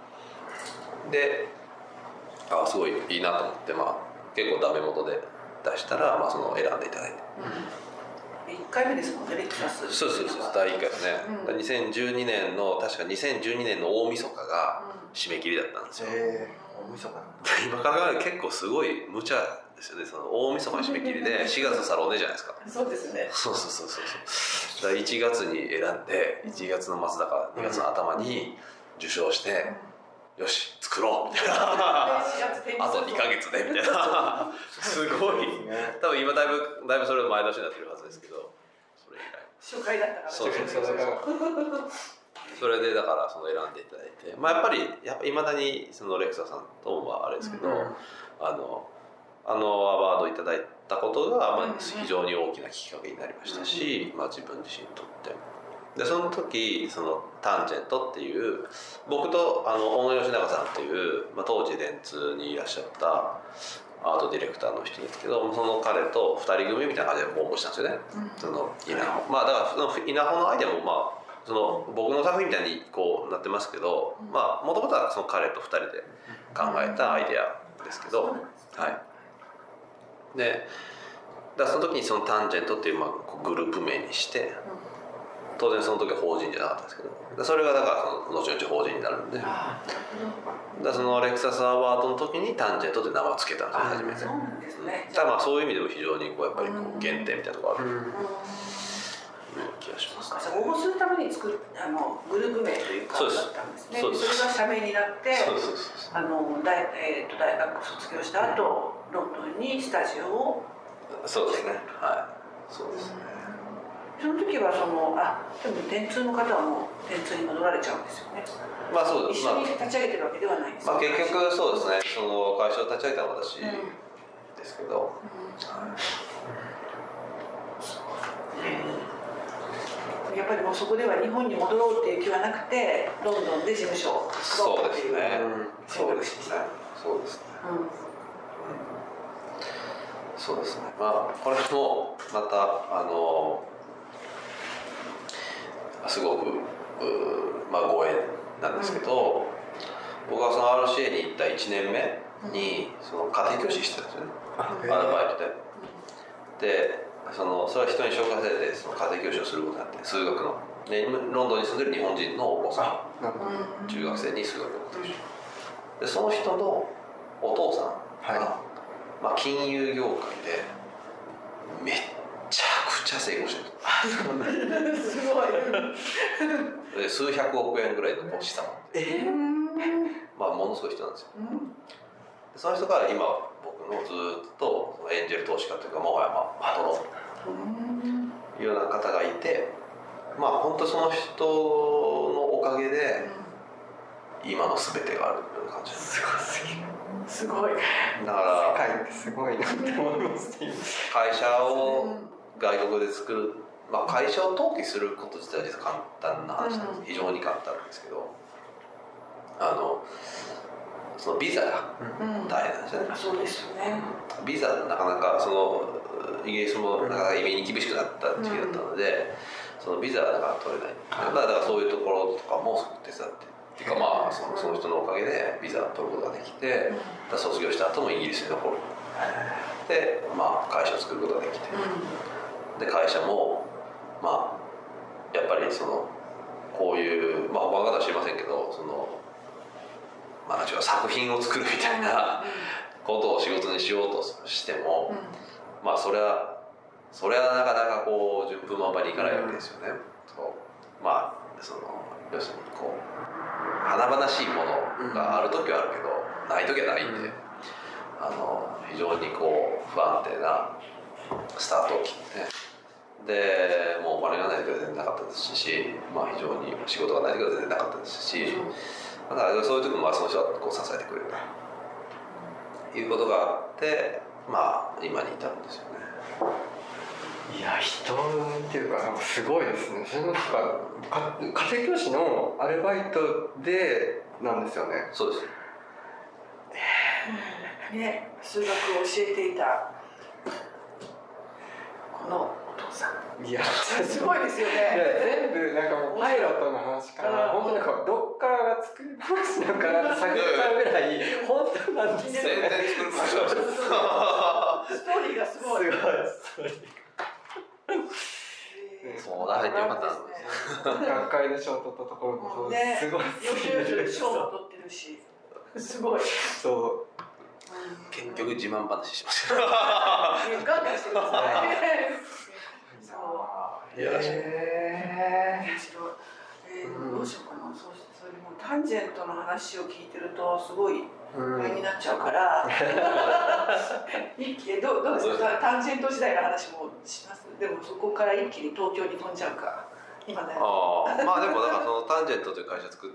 ですごいいいなと思って、結構ダメ元で出したら、選んでいただいて。 1回目ですもんね、レクサス。 そう第1回ですね。2012年の確か2012年の大晦日が締め切りだったんですよ。 大晦日。 今から考えると結構すごい無茶ですよね。その大晦日の締め切りで4月サロンネじゃないですか。 そうですね。 そう。だから1月に選んで1月の末だか2月の頭に受賞して、よし作ろうみたいな。あと2ヶ月でみたいな。すごい。多分今だいぶそれの前倒しになってるはずですけど、それ以来。 初回だったから。 そう。 いそれでだからその選んでいただいて、まあ、やっぱりいまだにそのレクサさんとはあれですけど、あのアワードいただいたことがまあ非常に大きなきっかけになりましたし、まあ、自分自身にとってでその時そのタンジェントっていう僕と小野義永さんっていう、まあ、当時電通にいらっしゃったアートディレクターの人ですけど、その彼と2人組みたいな感じで応募したんですよね、その稲穂、まあだからその稲穂のアイデアもまあその僕の作品みたいにこうなってますけど、まあもともとはその彼と2人で考えたアイデアですけど、はい。でだその時にそのタンジェントっていうまあグループ名にして、当然その時は法人じゃなかったんですけど、それがだからその後々法人になるんで、だそのレクサスアワードの時にタンジェントって名前を付けたんですよ、初めて。 そうなんですね。 ただまあそういう意味でも非常にこうやっぱりこう原点みたいなところある気がします。 応募するために作るグループ名というかだったんですね。それが社名になって、大学卒業した後、ロンドンにスタジオを。 そうですね。はい。そうですね。 その時はでも電通の方はもう電通に戻られちゃうんですよね。 まあそうです。 一緒に立ち上げてるわけではないんですまあ結局そうですね。その会社を立ち上げたのは私ですけど。 やっぱりもうそこでは日本に戻ろうっていう気はなくて、ロンドンで事務所を作ろうっていうそうですね。そうですね。そうですね。まあこれもまたすごくまあご縁なんですけど、僕はその RCA に行った1年目にその家庭教師してたんですよね、アルバイトで。でそれは人に紹介されてその家庭教師をすることになって、数学のでロンドンに住んでる日本人のお子さん、中学生に数学の家庭教師で、その人のお父さんが、まあ、金融業界でめっちゃくちゃ成功してるすごいで数百億円ぐらいの資産をまあものすごい人なんですよ、その人が今僕のずっとエンジェル投資家というかもはやパトロンというような方がいて、まあ本当その人のおかげで今の全てがあるような感じです。 すごい。 だから世界ってすごいなって思います。 会社を外国で作る、まあ、会社を登記すること自体は簡単な話なんです、非常に簡単なんですけど、そのビザが大変なんですよね、 そうですよね。 ビザなかなかイギリスもなかなか移民に厳しくなった時期だったので、そのビザがなかなか取れない、だからそういうところとかも手伝ってっていうか、まあその人のおかげでビザを取ることができて、卒業した後もイギリスに残るで、まあ、会社を作ることができて、で会社もまあやっぱりこういう、まあ、他の方は知りませんけどまあ、作品を作るみたいなことを仕事にしようとしても、まあそれはなかなかこう順風満帆にいかないわけですよね。まあ要するにこう華々しいものがある時はあるけど、ない時はないんで、非常にこう不安定なスタートを切ってでもうお金がない時は全然なかったですし、まあ、非常に仕事がない時は全然なかったですし、だからそういう時もその人がこう支えてくれるということがあって、まあ今に至るんですよね。 いや、人っていうかすごいですね。それなんか家庭教師のアルバイトでなんですよね。 そうです。 ね、数学を教えていたこのお父さん。 いや、 すごいですよね。 全部なんかもうパイロットの話から本当なんかどっからが作り話なのかなって探っちゃうぐらい本当なんですよね。 全然作る話ストーリーがすごい。 そうだ、入ってよかったんですね。学会で賞を取ったところもそうです。すごい。 賞も取ってるし、すごい。 そう。 結局自慢話しますよ。 ガンガンしてください。そう。 いや、 面白い。どうしようかな。それもタンジェントの話を聞いてるとすごい不安になっちゃうから。一気にどうですか。タンジェント時代の話もします。でもそこから一気に東京に飛んじゃうか。 今ね。 まあでもだからそのタンジェントという会社作って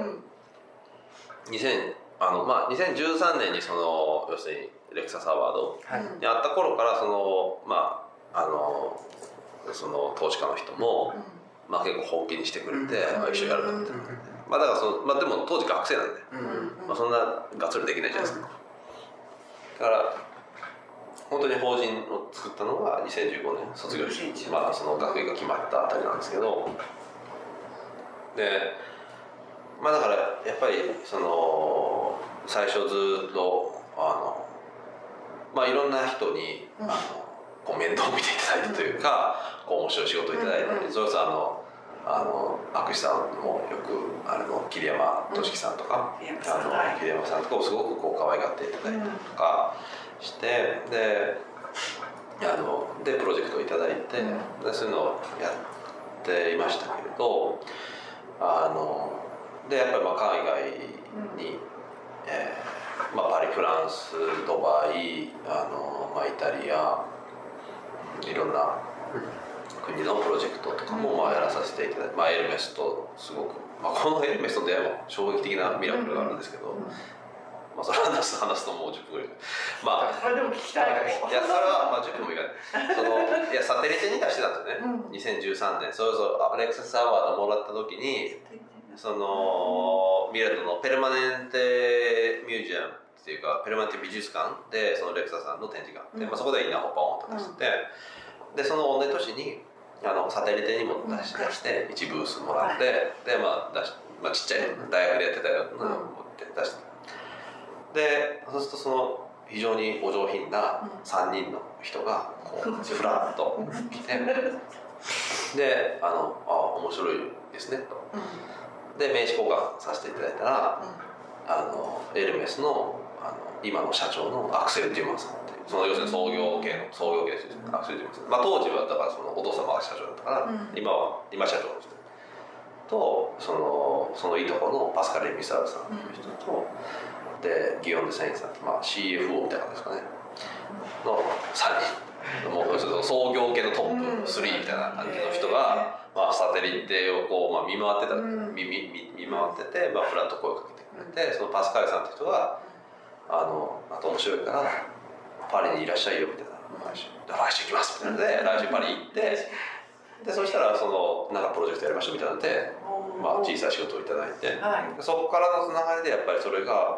、2013年にその要するにレクサスアワードにあった頃からそのその投資家の人も、結構本気にしてくれて、一緒にやるかみたいな。だからでも当時学生なんで、そんながっつりできないじゃないですか。だから本当に法人を作ったのが2015年卒業し、その学位が決まったあたりなんですけど、でだからやっぱりその最初ずっといろんな人にこう面倒を見ていただいてというか、こう面白い仕事をいただいて、それこそ悪士さんもよく桐山俊樹さんとか、桐山さんとかをすごくこう可愛がっていただいたりとかしてでプロジェクトをいただいて、そういうのをやっていましたけれど、でやっぱり海外に、パリ、フランス、ドバイ、イタリア、いろんな国のプロジェクトとかもやらさせていただいて、エルメスとすごく、このエルメスと出会いも衝撃的なミラクルがあるんですけど、それ話すともう10分ぐらい。 それでも聞きたい。 それは10分もいかない。サテリテに出してたんですよね。2013年、それこそレクサスアワードもらった時に、そのミラノのペルマネンテミュージアムっていうかペルマネンテ美術館でそのレクサさんの展示があって、そこで稲穂ポンと出して、でその同じ年にサテリテにも出して1ブースもらって、でちっちゃい大学でやってたようなのを持って出して、でそうするとその非常にお上品な3人の人がこうフラッと来てで面白いですねと。で名刺交換させていただいたら、エルメスの今の社長のアクセル・デュマさんっていう、その要するに創業系ですよね、アクセル・デュマさん。当時はだからそのお父様が社長だったから、今社長の人とそのいとこのパスカル・ミサールさんという人と、でギヨン・デ・セインさん、CFO みたいな感じですかねの3人、もう創業系のトップ3みたいな感じの人が、サテリテをこう、見回ってて、フラッと声をかけてくれて、そのパスカルさんって人があと面白いからパリにいらっしゃいよみたいな、来週行きますみたいなので来週パリ行って、でそしたらそのなんかプロジェクトやりましょうみたいなので、小さい仕事をいただいて、そこからのつながりでやっぱりそれが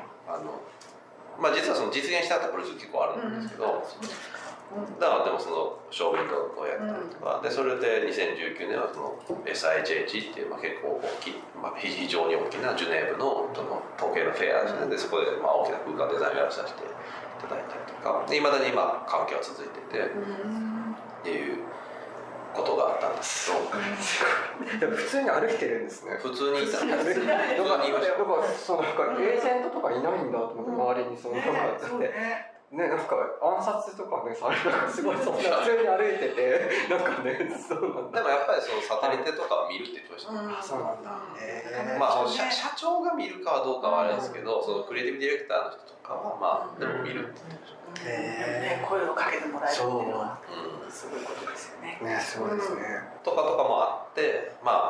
実はその実現したってプロジェクト結構あるんですけど、だからでもそのショーウィンドウをやったりとか、でそれで2019年はその SIJG っていう結構大きい、非常に大きなジュネーブの時計のフェアですね。でそこで大きな空間デザインをやらさせていただいたりとか、いまだに今関係は続いていてっていうことがあったんですけど、 でも普通に歩いてるんですね。 普通にいたんです。 エージェントとかいないんだと思って、周りにそのなんか暗殺とかされなんかすごいそんな普通に歩いててそうなんだ。 でもやっぱりそのサテリテとかを見るって言ってましたね。 そうなんだ。 社長が見るかはどうかはあれですけど、そのクリエイティブディレクターの人とかはでも見るって言ってました。 声をかけてもらえるっていうのはすごいことですよね。 すごいですね。 とかもあって、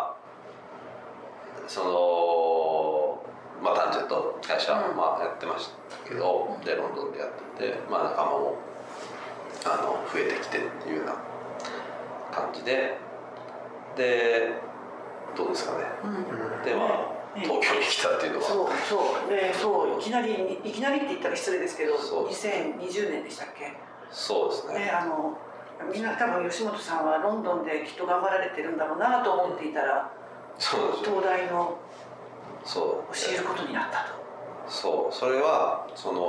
そのタンジェント会社やってましたけど、でロンドンでやってて、仲間も増えてきてっていうような感じで、どうですかね。で東京に来たっていうのはいきなりって言ったら失礼ですけど、2020年でしたっけ。 そうですね。 みんな多分吉本さんはロンドンできっと頑張られてるんだろうなと思っていたら、東大の教えることになったと。 それはその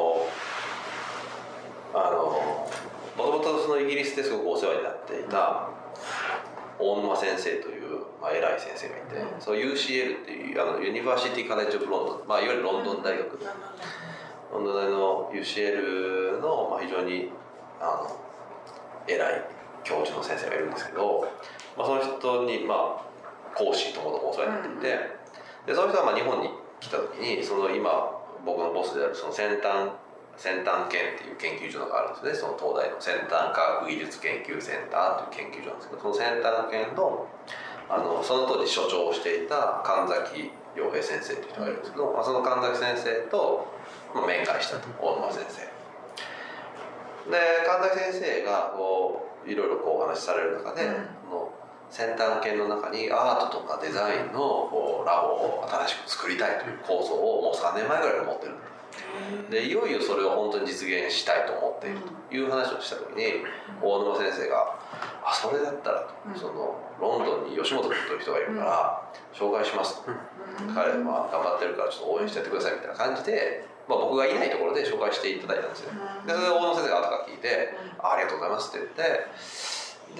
もともとそのイギリスですごくお世話になっていた大沼先生という偉い先生がいて、その UCL っていうユニバーシティ・カレッジ・オブ・ロンドン、いわゆるロンドン大学、ロンドン大の UCL の非常に偉い教授の先生がいるんですけど、その人に講師ともどもお世話になっていて、でその人は日本に来た時にその今僕のボスであるその先端研っていう研究所があるんですね。その東大の先端科学技術研究センターという研究所なんですけど、その先端研のその当時所長をしていた神崎洋平先生という人がいるんですけど、その神崎先生と面会したと、大沼先生で、神崎先生がいろいろお話しされる中で、先端研の中にアートとかデザインのラボを新しく作りたいという構想をもう3年前ぐらいから持ってるで、いよいよそれを本当に実現したいと思っているという話をした時に、大沼先生が「それだったら」と、ロンドンに吉本君という人がいるから紹介しますと、彼頑張ってるからちょっと応援してやってくださいみたいな感じで、僕がいないところで紹介していただいたんですよ。でそれで大沼先生が後から聞いて「ありがとうございます」って言って、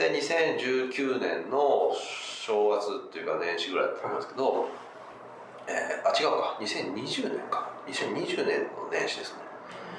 で2019年の正月っていうか年始ぐらいだと思うんですけど、違うか、2020年か、2020年の年始ですね、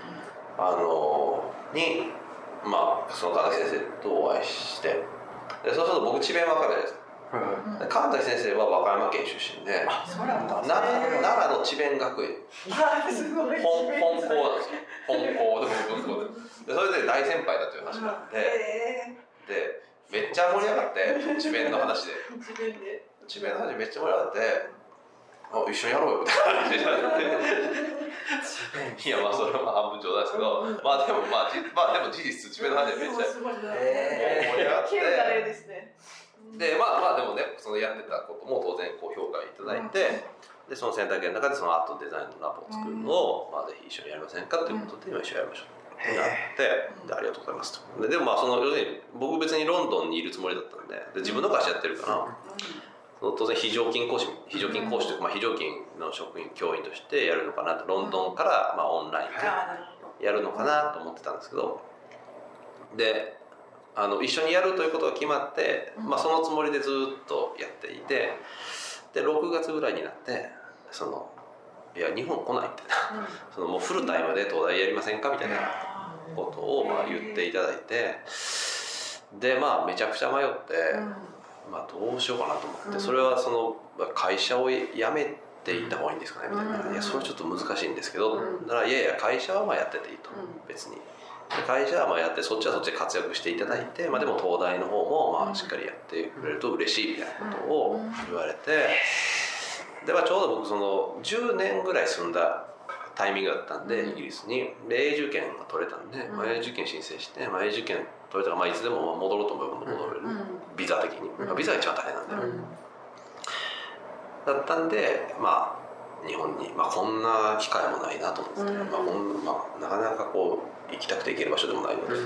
にその神崎先生とお会いして、でそうすると僕智弁和歌山じゃないですか。神崎先生は和歌山県出身で、奈良の智弁学園本校なんですよ。本校で文校で、それで大先輩だという話があって、でめっちゃ盛り上がって智弁の話で智弁の話めっちゃ盛り上がって、一緒にやろうよみたいな話になっていやそれは半分冗談ですけど、でも事実智弁の話でめっちゃ盛り上がって、ででもね、そのやってたことも当然評価いただいて、でその選択肢の中でそのアートデザインのラボを作るのを、ぜひ一緒にやりませんかということで今一緒にやりましょうってなって、でありがとうございますと。でもその要するに僕別にロンドンにいるつもりだったんで、自分の会社やってるから、当然非常勤講師というか、非常勤の職員教員としてやるのかなと、ロンドンからオンラインでやるのかなと思ってたんですけど、で一緒にやるということが決まって、そのつもりでずっとやっていて、で6月ぐらいになっていや日本来ないみたいな、もうフルタイムで東大やりませんかみたいなことを言っていただいて、でめちゃくちゃ迷って、どうしようかなと思って、それは会社を辞めていった方がいいんですかねみたいな、いやそれはちょっと難しいんですけど、だからいや会社はやってていいと、別に会社はやってそっちはそっちで活躍していただいて、でも東大の方もしっかりやってくれると嬉しいみたいなことを言われて、でちょうど僕10年ぐらい住んだタイミングだったんで、イギリスに永住権が取れたんで、永住権申請して、永住権取れたらいつでも戻ろうと思えば戻れる、ビザ的に、ビザが一番大変なんで、だったんで日本にこんな機会もないなと思って、なかなか行きたくて行ける場所でもないので、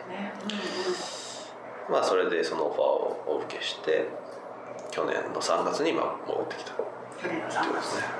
それでそのオファーをお受けして去年の3月に戻ってきたということですね。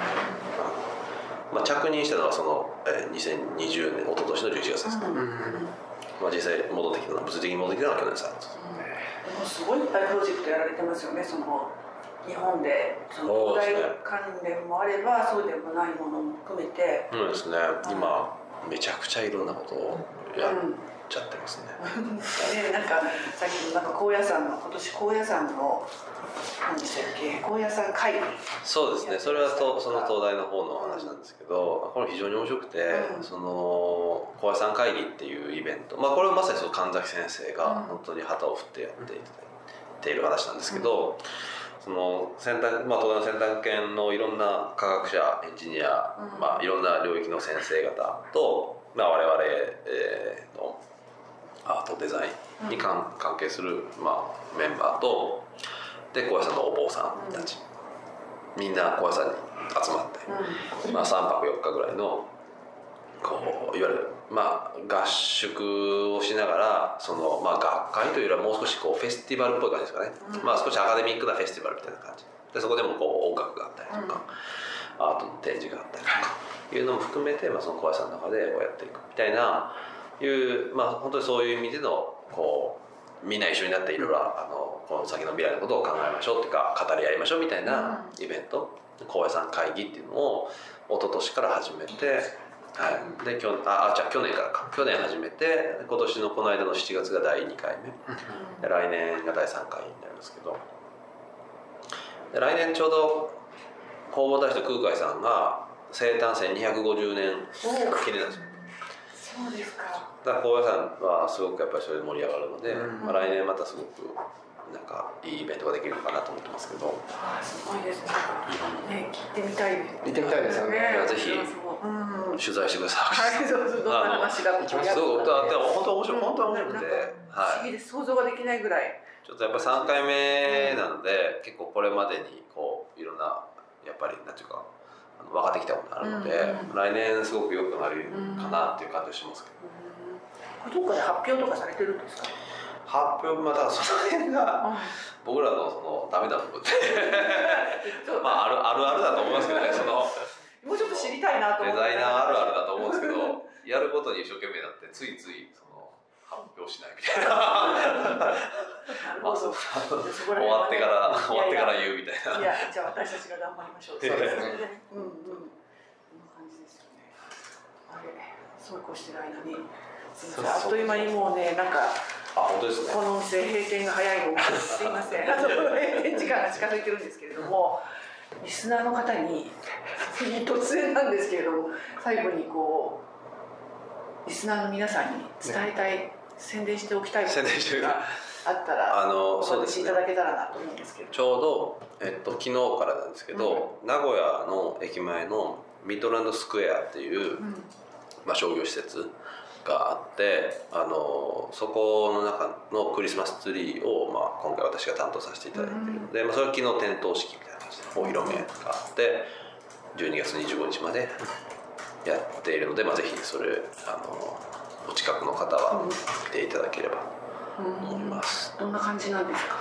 着任したのは2020年一昨年の11月ですね。実際戻ってきたのは物理的に戻ってきたのは去年3月。 でもすごいいっぱいプロジェクトやられてますよね。日本で東大関連もあればそうでもないものも含めて。 そうですね。今めちゃくちゃいろんなことをやっちゃってますね。 なんかさっき高野山の今年高野山の何でしたっけ、高野山会議。 そうですね。それはその東大の方の話なんですけど、これ非常に面白くて、高野山会議っていうイベント、これはまさに神崎先生が本当に旗を振ってやっていただいている話なんですけど、東大の先端研のいろんな科学者、エンジニア、いろんな領域の先生方と、我々のアートデザインに関係するメンバーと、で高野山のお坊さんたち、みんな高野山に集まって、3泊4日ぐらいのいわゆる合宿をしながら、学会というよりはもう少しフェスティバルっぽい感じですかね、少しアカデミックなフェスティバルみたいな感じで、そこでも音楽があったりとか、アートの展示があったりとかいうのも含めて、その高野山の中でやっていくみたいな本当にそういう意味でのみんな一緒になっていろいろこの先の未来のことを考えましょうっていうか語り合いましょうみたいなイベント、高野山会議っていうのを一昨年から始めて、で去年始めて、今年のこの間の7月が第2回目で、来年が第3回になるんですけど、で来年ちょうど弘法大師と空海さんが生誕1250年記念なんですよ。 そうですか。 だから高野山はすごくやっぱりそれで盛り上がるので、来年またすごくなんかいいイベントができるのかなと思ってますけど。 すごいですね。聞いてみたいですね。 行ってみたいですよね。 ぜひ取材してください。 はい、どんな話がすごい本当面白くて、 不思議で想像ができないぐらい。 ちょっとやっぱ3回目なので、結構これまでにこういろんなやっぱりなんていうか分かってきたことがあるので、来年すごく良くなるかなっていう感じがしますけど。 どこかで発表とかされてるんですか？ 発表だからその辺が僕らのそのダメな部分でまああるだと思いますけどね。そのもうちょっと知りたいなと思って。 デザイナーあるあるだと思うんですけど、やることに一生懸命になってついついその発表しないみたいな。終わってから言うみたいな。 いや、じゃあ私たちが頑張りましょう。そうですね。こんな感じですよね。あれ、そうこうしてる間に、あっという間にもうね、なんか。 本当ですね。 このお店閉店が早いのですいません。閉店時間が近づいてるんですけれども、リスナーの方に突然なんですけれども、最後にこうリスナーの皆さんに伝えたい、宣伝しておきたいことがあったらお話しいただけたらなと思うんですけど。 ちょうど昨日からなんですけど、名古屋の駅前のミッドランドスクエアっていう商業施設があって、そこの中のクリスマスツリーを、今回私が担当させていただいているので、それは昨日点灯式みたいな感じでお披露目があって12月25日までやっているので、ぜひそれお近くの方は見ていただければと思います。 どんな感じなんですか？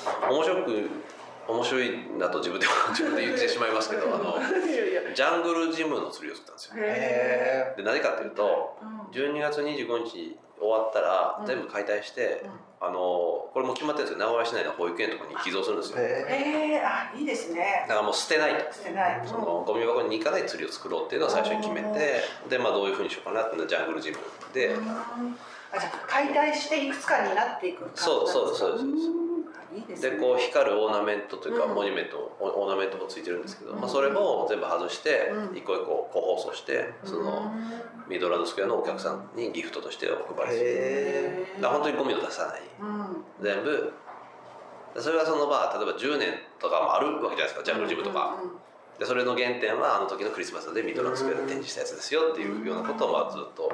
面白いなと自分で言ってしまいますけどジャングルジムの釣りを作ったんですよ。で何かっていうと12月25日終わったら全部解体して、これも決まってるんですよ。名古屋市内の保育園とかに寄贈するんですよ。 いいですね。 だからもう捨てないと、そのゴミ箱に行かない釣りを作ろうっていうのを最初に決めて、でどういうふうにしようかなっていうのはジャングルジムで、 じゃあ解体していくつかになっていく感じなんですか？そうです。 でこう光るオーナメントというか、モニュメントオーナメントもついてるんですけど、それを全部外して一個一個個包装してそのミッドランドスクエアのお客さんにギフトとしてお配りする。本当にゴミを出さない、全部。それはその例えば10年とかもあるわけじゃないですか、ジャングルジムとか。でそれの原点はあの時のクリスマスでミッドランドスクエアで展示したやつですよっていうようなことをずっと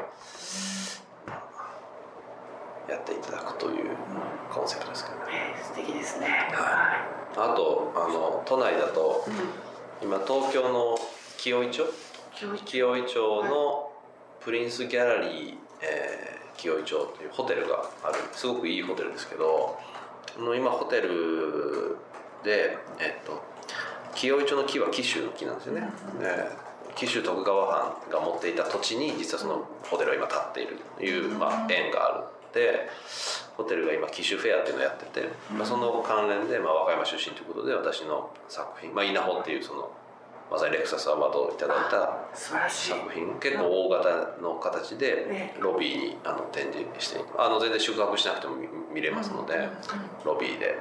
やっていただくというコンセプトですけどね。 素敵ですね。 あと都内だと、今東京の紀尾井町のプリンスギャラリー、紀尾井町というホテルがある、すごくいいホテルですけど、今ホテルで紀尾井町の木は紀州の木なんですよね。紀州徳川藩が持っていた土地に実はそのホテルは今建っているという、縁がある。でホテルが今紀州フェアっていうのをやってて、その関連で、和歌山出身ということで私の作品、稲穂っていうそのまさにレクサスアワードをいただいた作品、結構大型の形でロビーに展示して全然宿泊しなくても見れますので、ロビーで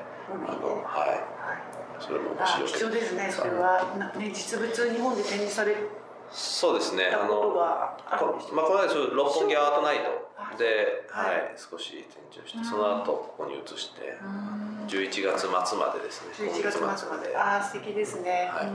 それももしよければ。 貴重ですね。それは実物日本で展示される。 そうですね。この間六本木アートナイトで、少し展示をして、その後ここに移して11月末までですね。 11月末まで。素敵ですね。これは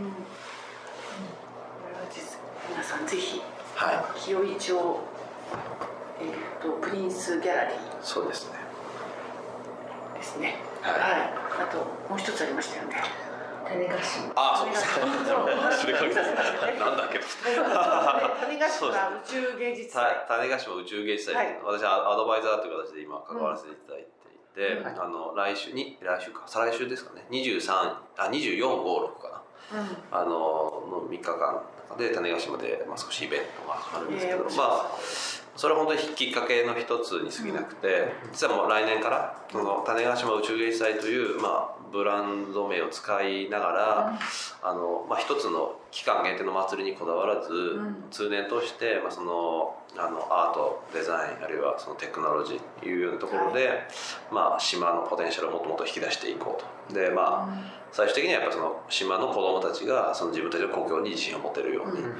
皆さんぜひ紀尾井町プリンスギャラリー。 そうですね。 ですね。あともう一つありましたよね。種子島。 そうです。なんだっけ。 種子島宇宙芸術祭。 種子島宇宙芸術祭。私はアドバイザーという形で今関わらせていただいていて、再来週ですかね。24、25、6かな。の3日間で種子島で少しイベントがあるんですけど、それは本当にきっかけの一つに過ぎなくて、実はもう来年からその種子島宇宙芸術祭というブランド名を使いながら、一つの期間限定の祭りにこだわらず、通年通してそのアート、デザインあるいはそのテクノロジーというようなところで、島のポテンシャルをもっともっと引き出していこうと。で最終的にはやっぱその島の子どもたちがその自分たちの故郷に自信を持てるように、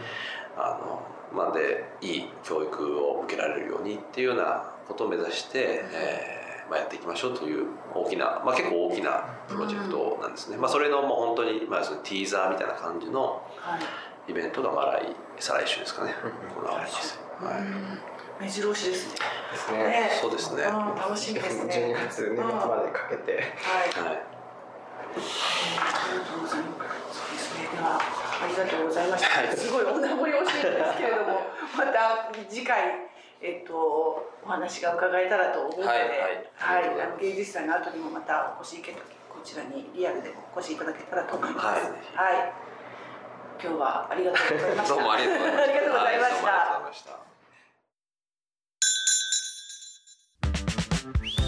でいい教育を受けられるようにっていうようなことを目指して、 やっていきましょうという大きな、結構大きなプロジェクトなんですね。それのもう本当に、そのティーザーみたいな感じのイベントが再来週ですかね、行われます。 目白押しですね。 ですね。 そうですね。 楽しみですね。 12月年末までかけて。 はい。ありがとうございます。そうですね。ではありがとうございました。すごいお名残惜しいんですけれども、また次回お話が伺えたらと思うので、芸術祭の後にもまたお越しいけこちらにリアルでお越しいただけたらと思います。はい。今日はありがとうございました。 どうもありがとうございました。 ありがとうございました。